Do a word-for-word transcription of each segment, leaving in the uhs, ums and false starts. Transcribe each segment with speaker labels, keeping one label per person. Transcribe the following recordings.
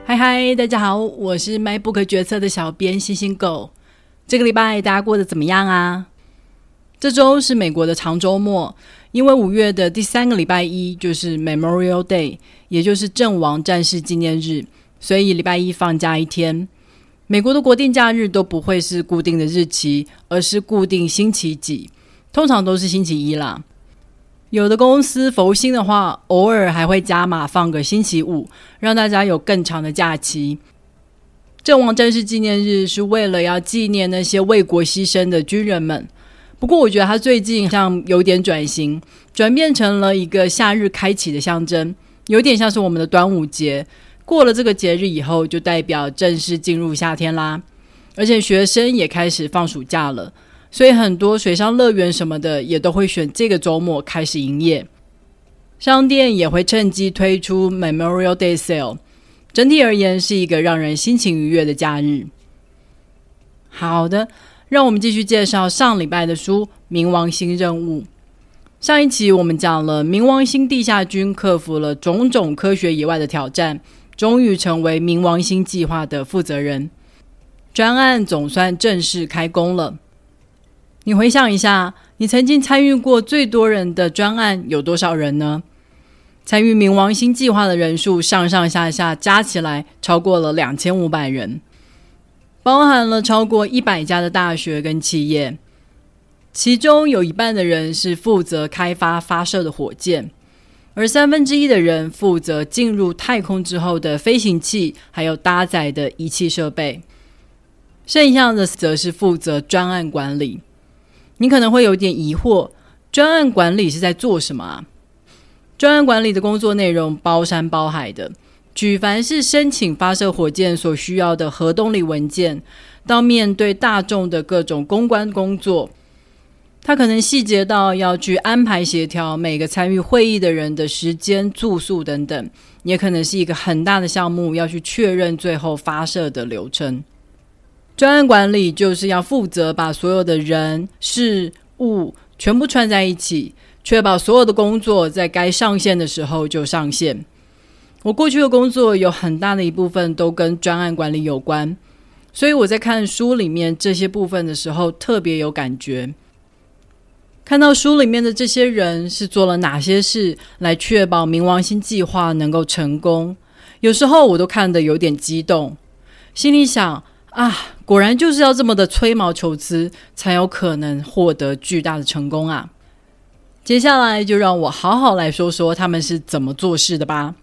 Speaker 1: 嗨嗨，大家好，我是 MacBook 决策的小编星星狗。这个礼拜大家过得怎么样啊？这周是美国的长周末，因为五月的第三个礼拜一就是 Memorial Day， 也就是阵亡战士纪念日，所以礼拜一放假一天。美国的国定假日都不会是固定的日期，而是固定星期几，通常都是星期一啦。有的公司佛心的话，偶尔还会加码放个星期五，让大家有更长的假期。阵亡战士纪念日是为了要纪念那些为国牺牲的军人们，不过我觉得它最近像有点转型，转变成了一个夏日开启的象征，有点像是我们的端午节，过了这个节日以后就代表正式进入夏天啦。而且学生也开始放暑假了，所以很多水上乐园什么的也都会选这个周末开始营业，商店也会趁机推出 Memorial Day Sale， 整体而言是一个让人心情愉悦的假日。好的，让我们继续介绍上礼拜的书冥王星任务。上一期我们讲了冥王星地下军克服了种种科学以外的挑战，终于成为冥王星计划的负责人，专案总算正式开工了。你回想一下，你曾经参与过最多人的专案有多少人呢？参与冥王星计划的人数上上下下加起来超过了两千五百人，包含了超过一百家的大学跟企业，其中有一半的人是负责开发发射的火箭，而三分之一的人负责进入太空之后的飞行器还有搭载的仪器设备，剩下的则是负责专案管理。你可能会有点疑惑，专案管理是在做什么啊？专案管理的工作内容包山包海的，举凡是申请发射火箭所需要的核动力文件，到面对大众的各种公关工作，它可能细节到要去安排协调每个参与会议的人的时间、住宿等等，也可能是一个很大的项目，要去确认最后发射的流程。专案管理就是要负责把所有的人、事、物全部串在一起，确保所有的工作在该上线的时候就上线。我过去的工作有很大的一部分都跟专案管理有关，所以我在看书里面这些部分的时候特别有感觉。看到书里面的这些人是做了哪些事来确保冥王星计划能够成功，有时候我都看得有点激动，心里想啊，果然就是要这么的吹毛求疵，才有可能获得巨大的成功啊！接下来就让我好好来说说他们是怎么做事的吧。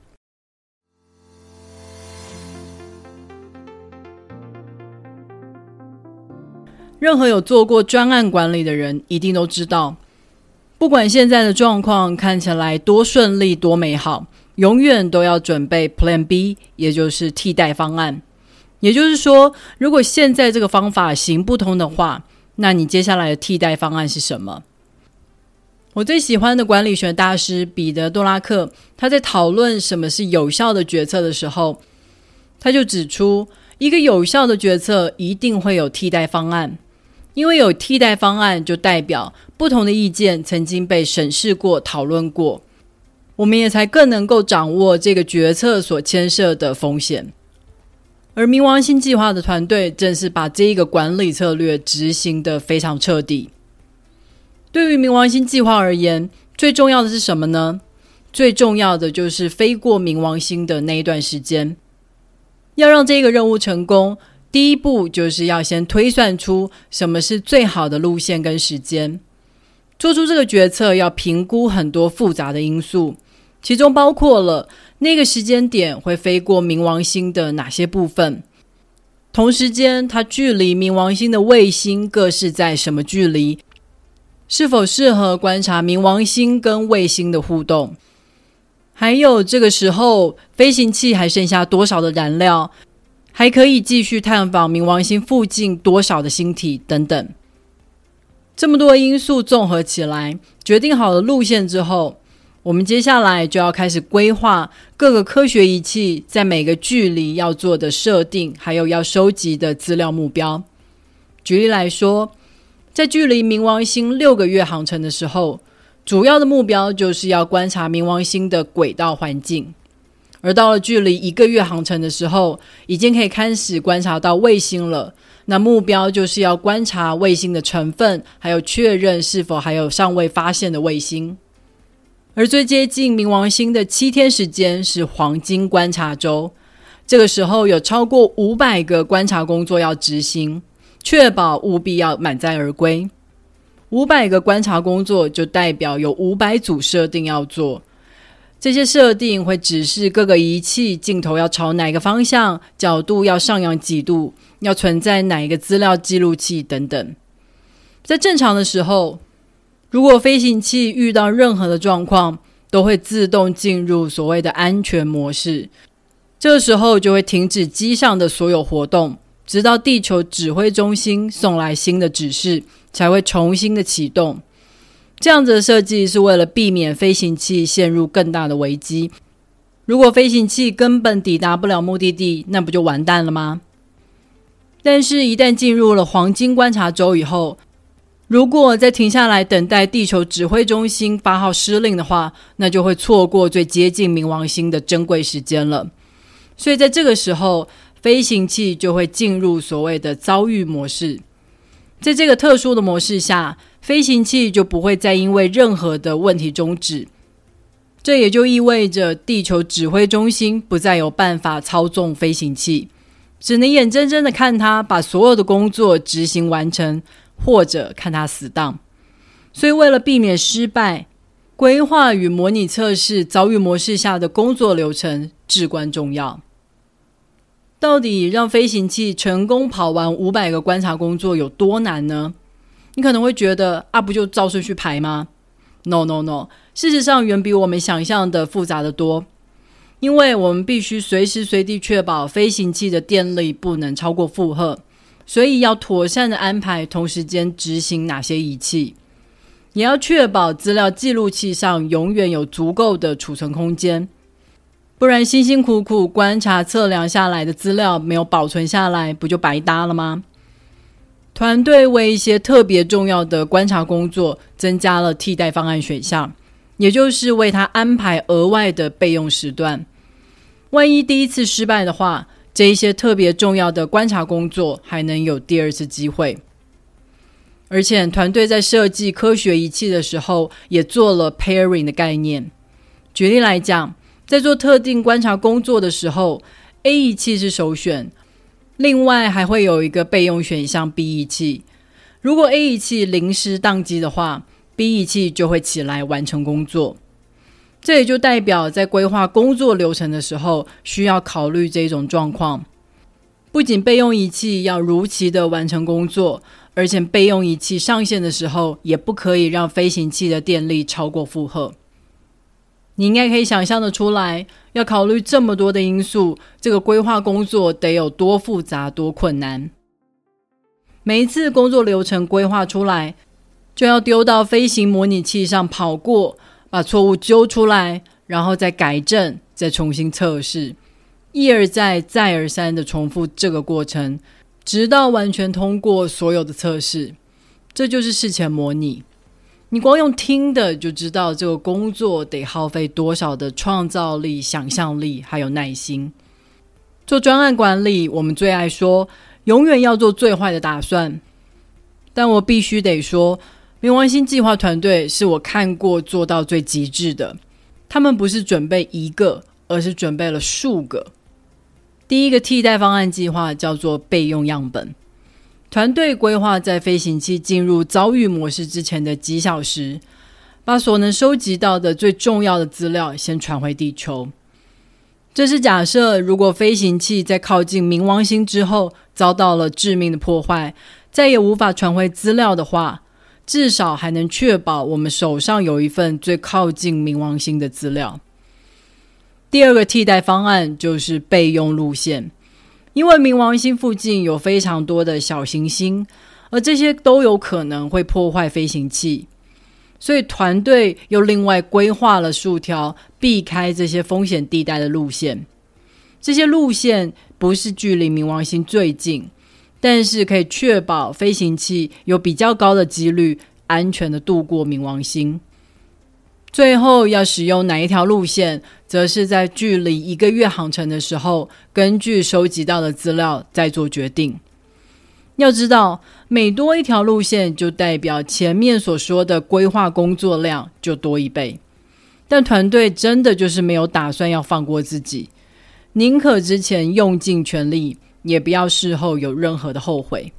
Speaker 1: 任何有做过专案管理的人一定都知道，不管现在的状况看起来多顺利多美好，永远都要准备 Plan B， 也就是替代方案。也就是说，如果现在这个方法行不通的话，那你接下来的替代方案是什么？我最喜欢的管理学大师彼得·多拉克，他在讨论什么是有效的决策的时候，他就指出，一个有效的决策一定会有替代方案，因为有替代方案就代表不同的意见曾经被审视过、讨论过，我们也才更能够掌握这个决策所牵涉的风险。而冥王星计划的团队正是把这一个管理策略执行得非常彻底。对于冥王星计划而言，最重要的是什么呢？最重要的就是飞过冥王星的那一段时间。要让这个任务成功，第一步就是要先推算出什么是最好的路线跟时间。做出这个决策要评估很多复杂的因素，其中包括了那个时间点会飞过冥王星的哪些部分，同时间它距离冥王星的卫星各是在什么距离，是否适合观察冥王星跟卫星的互动，还有这个时候飞行器还剩下多少的燃料，还可以继续探访冥王星附近多少的星体等等。这么多因素综合起来，决定好了路线之后，我们接下来就要开始规划各个科学仪器在每个距离要做的设定，还有要收集的资料目标。举例来说，在距离冥王星六个月航程的时候，主要的目标就是要观察冥王星的轨道环境， 而到了距离一个月航程的时候，已经可以开始观察到卫星了。那目标就是要观察卫星的成分，还有确认是否还有尚未发现的卫星。而最接近冥王星的七天时间是黄金观察周，这个时候有超过五百个观察工作要执行，确保务必要满载而归。五百个观察工作就代表有五百组设定要做，这些设定会指示各个仪器镜头要朝哪个方向，角度要上扬几度，要存在哪一个资料记录器等等。在正常的时候，如果飞行器遇到任何的状况，都会自动进入所谓的安全模式，这个时候就会停止机上的所有活动，直到地球指挥中心送来新的指示，才会重新的启动。这样子的设计是为了避免飞行器陷入更大的危机。如果飞行器根本抵达不了目的地，那不就完蛋了吗？但是一旦进入了黄金观察周以后，如果再停下来等待地球指挥中心发号施令的话，那就会错过最接近冥王星的珍贵时间了。所以在这个时候，飞行器就会进入所谓的遭遇模式。在这个特殊的模式下，飞行器就不会再因为任何的问题终止。这也就意味着地球指挥中心不再有办法操纵飞行器，只能眼睁睁的看它把所有的工作执行完成，或者看它死当。所以为了避免失败，规划与模拟测试遭遇模式下的工作流程至关重要。到底让飞行器成功跑完五百个观察工作有多难呢？你可能会觉得啊，不就照顺序排吗？ No No No， 事实上远比我们想象的复杂得多。因为我们必须随时随地确保飞行器的电力不能超过负荷，所以要妥善的安排同时间执行哪些仪器，也要确保资料记录器上永远有足够的储存空间，不然辛辛苦苦观察测量下来的资料没有保存下来，不就白搭了吗？团队为一些特别重要的观察工作增加了替代方案选项，也就是为它安排额外的备用时段。万一第一次失败的话，这一些特别重要的观察工作还能有第二次机会。而且团队在设计科学仪器的时候也做了 pairing 的概念。举例来讲，在做特定观察工作的时候， A 仪器是首选，另外还会有一个备用选项 B 仪器。如果 A 仪器临时宕机的话， B 仪器就会起来完成工作。这也就代表在规划工作流程的时候需要考虑这种状况。不仅备用仪器要如期的完成工作，而且备用仪器上线的时候也不可以让飞行器的电力超过负荷。你应该可以想象得出来，要考虑这么多的因素，这个规划工作得有多复杂多困难。每一次工作流程规划出来，就要丢到飞行模拟器上跑过，把错误揪出来，然后再改正，再重新测试，一而再再而三的重复这个过程，直到完全通过所有的测试。这就是事前模拟。你光用听的就知道这个工作得耗费多少的创造力、想象力还有耐心。做专案管理，我们最爱说永远要做最坏的打算，但我必须得说，冥王星计划团队是我看过做到最极致的。他们不是准备一个，而是准备了数个。第一个替代方案计划叫做备用样本。团队规划在飞行器进入遭遇模式之前的几小时，把所能收集到的最重要的资料先传回地球。这是假设如果飞行器在靠近冥王星之后遭到了致命的破坏，再也无法传回资料的话，至少还能确保我们手上有一份最靠近冥王星的资料。第二个替代方案就是备用路线。因为冥王星附近有非常多的小行星，而这些都有可能会破坏飞行器，所以团队又另外规划了数条避开这些风险地带的路线。这些路线不是距离冥王星最近，但是可以确保飞行器有比较高的几率安全的度过冥王星。 最后要使用哪一条路线，则是在距离一个月航程的时候，根据收集到的资料再做决定。要知道，每多一条路线就代表前面所说的规划工作量就多一倍。但团队真的就是没有打算要放过自己，宁可之前用尽全力，也不要事后有任何的后悔。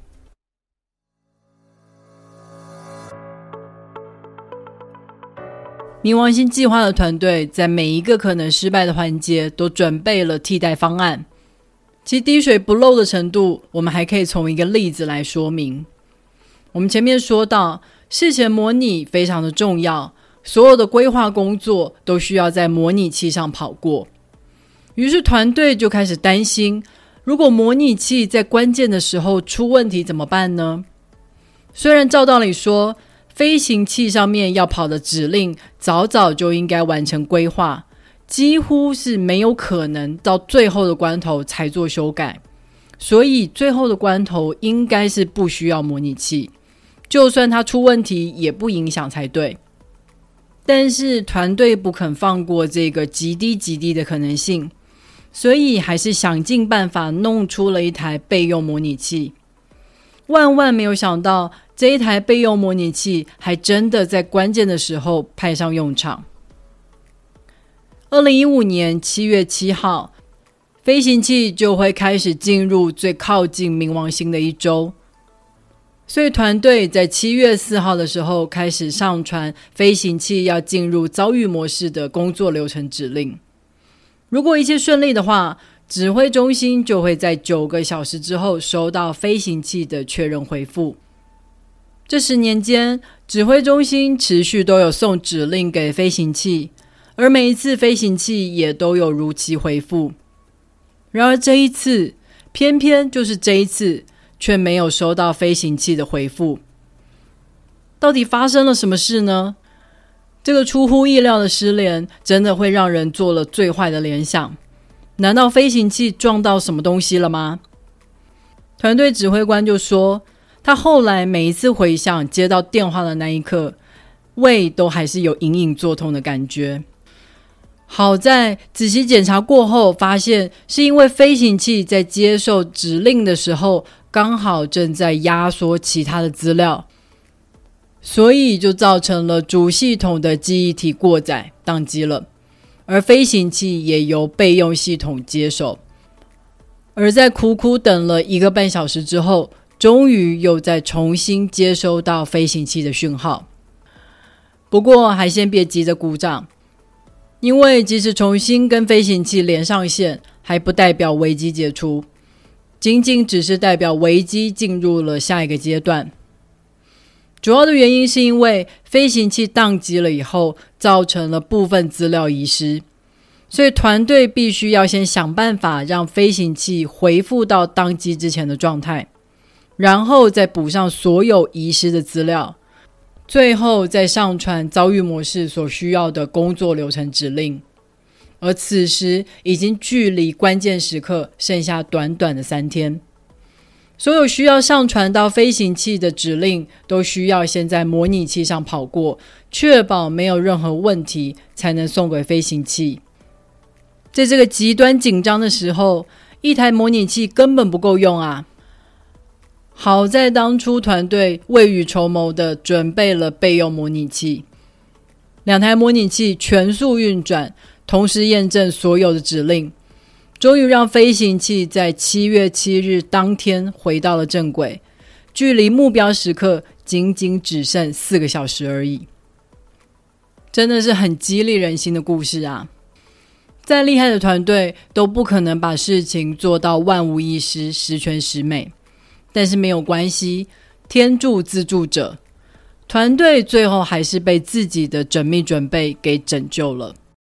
Speaker 1: 冥王星计划的团队在每一个可能失败的环节都准备了替代方案，其滴水不漏的程度，我们还可以从一个例子来说明。我们前面说到，事前模拟非常的重要，所有的规划工作都需要在模拟器上跑过。于是团队就开始担心，如果模拟器在关键的时候出问题怎么办呢？虽然照道理说，飞行器上面要跑的指令早早就应该完成规划，几乎是没有可能到最后的关头才做修改，所以最后的关头应该是不需要模拟器，就算它出问题也不影响才对。但是团队不肯放过这个极低极低的可能性，所以还是想尽办法弄出了一台备用模拟器。万万没有想到，这一台备用模拟器还真的在关键的时候派上用场。二零一五年七月七号，飞行器就会开始进入最靠近冥王星的一周，所以团队在七月四号的时候开始上传飞行器要进入遭遇模式的工作流程指令。如果一切顺利的话，指挥中心就会在九个小时之后收到飞行器的确认回复。这十年间，指挥中心持续都有送指令给飞行器，而每一次飞行器也都有如期回复。然而这一次，偏偏就是这一次，却没有收到飞行器的回复。到底发生了什么事呢？这个出乎意料的失联，真的会让人做了最坏的联想。难道飞行器撞到什么东西了吗？团队指挥官就说，他后来每一次回想接到电话的那一刻，胃都还是有隐隐作痛的感觉。好在仔细检查过后，发现是因为飞行器在接受指令的时候，刚好正在压缩其他的资料，所以就造成了主系统的记忆体过载，宕机了。而飞行器也由备用系统接手，而在苦苦等了一个半小时之后，终于又再重新接收到飞行器的讯号。不过还先别急着鼓掌，因为即使重新跟飞行器连上线，还不代表危机解除，仅仅只是代表危机进入了下一个阶段。主要的原因是因为飞行器宕机了以后，造成了部分资料遗失，所以团队必须要先想办法让飞行器恢复到宕机之前的状态，然后再补上所有遗失的资料，最后再上传遭遇模式所需要的工作流程指令。而此时已经距离关键时刻剩下短短的三天，所有需要上传到飞行器的指令都需要先在模拟器上跑过，确保没有任何问题才能送给飞行器。在这个极端紧张的时候，一台模拟器根本不够用啊！好在当初团队未雨绸缪的准备了备用模拟器，两台模拟器全速运转，同时验证所有的指令，终于让飞行器在七月七日当天回到了正轨，距离目标时刻仅仅只剩四个小时而已。真的是很激励人心的故事啊！再厉害的团队都不可能把事情做到万无一失、十全十美，但是没有关系，天助自助者，团队最后还是被自己的缜密准备给拯救了。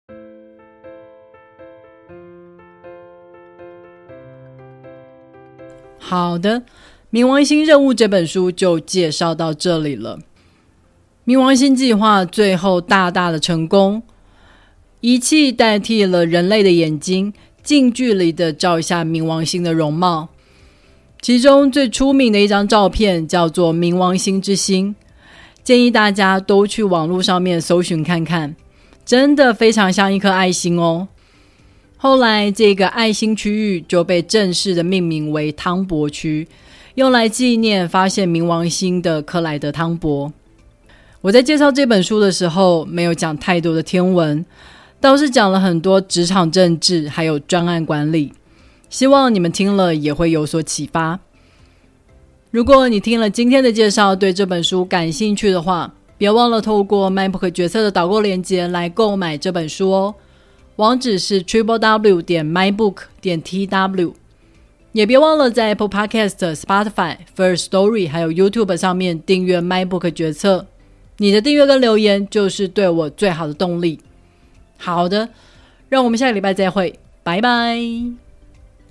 Speaker 1: 好的，冥王星任务这本书就介绍到这里了。冥王星计划最后大大的成功，仪器代替了人类的眼睛，近距离的照下冥王星的容貌。其中最出名的一张照片叫做冥王星之星， 建议大家都去网络上面搜寻看看，真的非常像一颗爱心哦。后来这个爱心区域就被正式的命名为汤博区，用来纪念发现冥王星的克莱德汤博。我在介绍这本书的时候没有讲太多的天文，倒是讲了很多职场政治还有专案管理，希望你们听了也会有所启发。如果你听了今天的介绍对这本书感兴趣的话，别忘了透过 MacBook 决策的导购链接来购买这本书哦，网址是 double u double u double u 点 mybook 点 t w， 也别忘了在 Apple Podcast、Spotify、First Story 还有 YouTube 上面订阅 MacBook 决策，你的订阅跟留言就是对我最好的动力。好的，让我们下个礼拜再会，拜拜。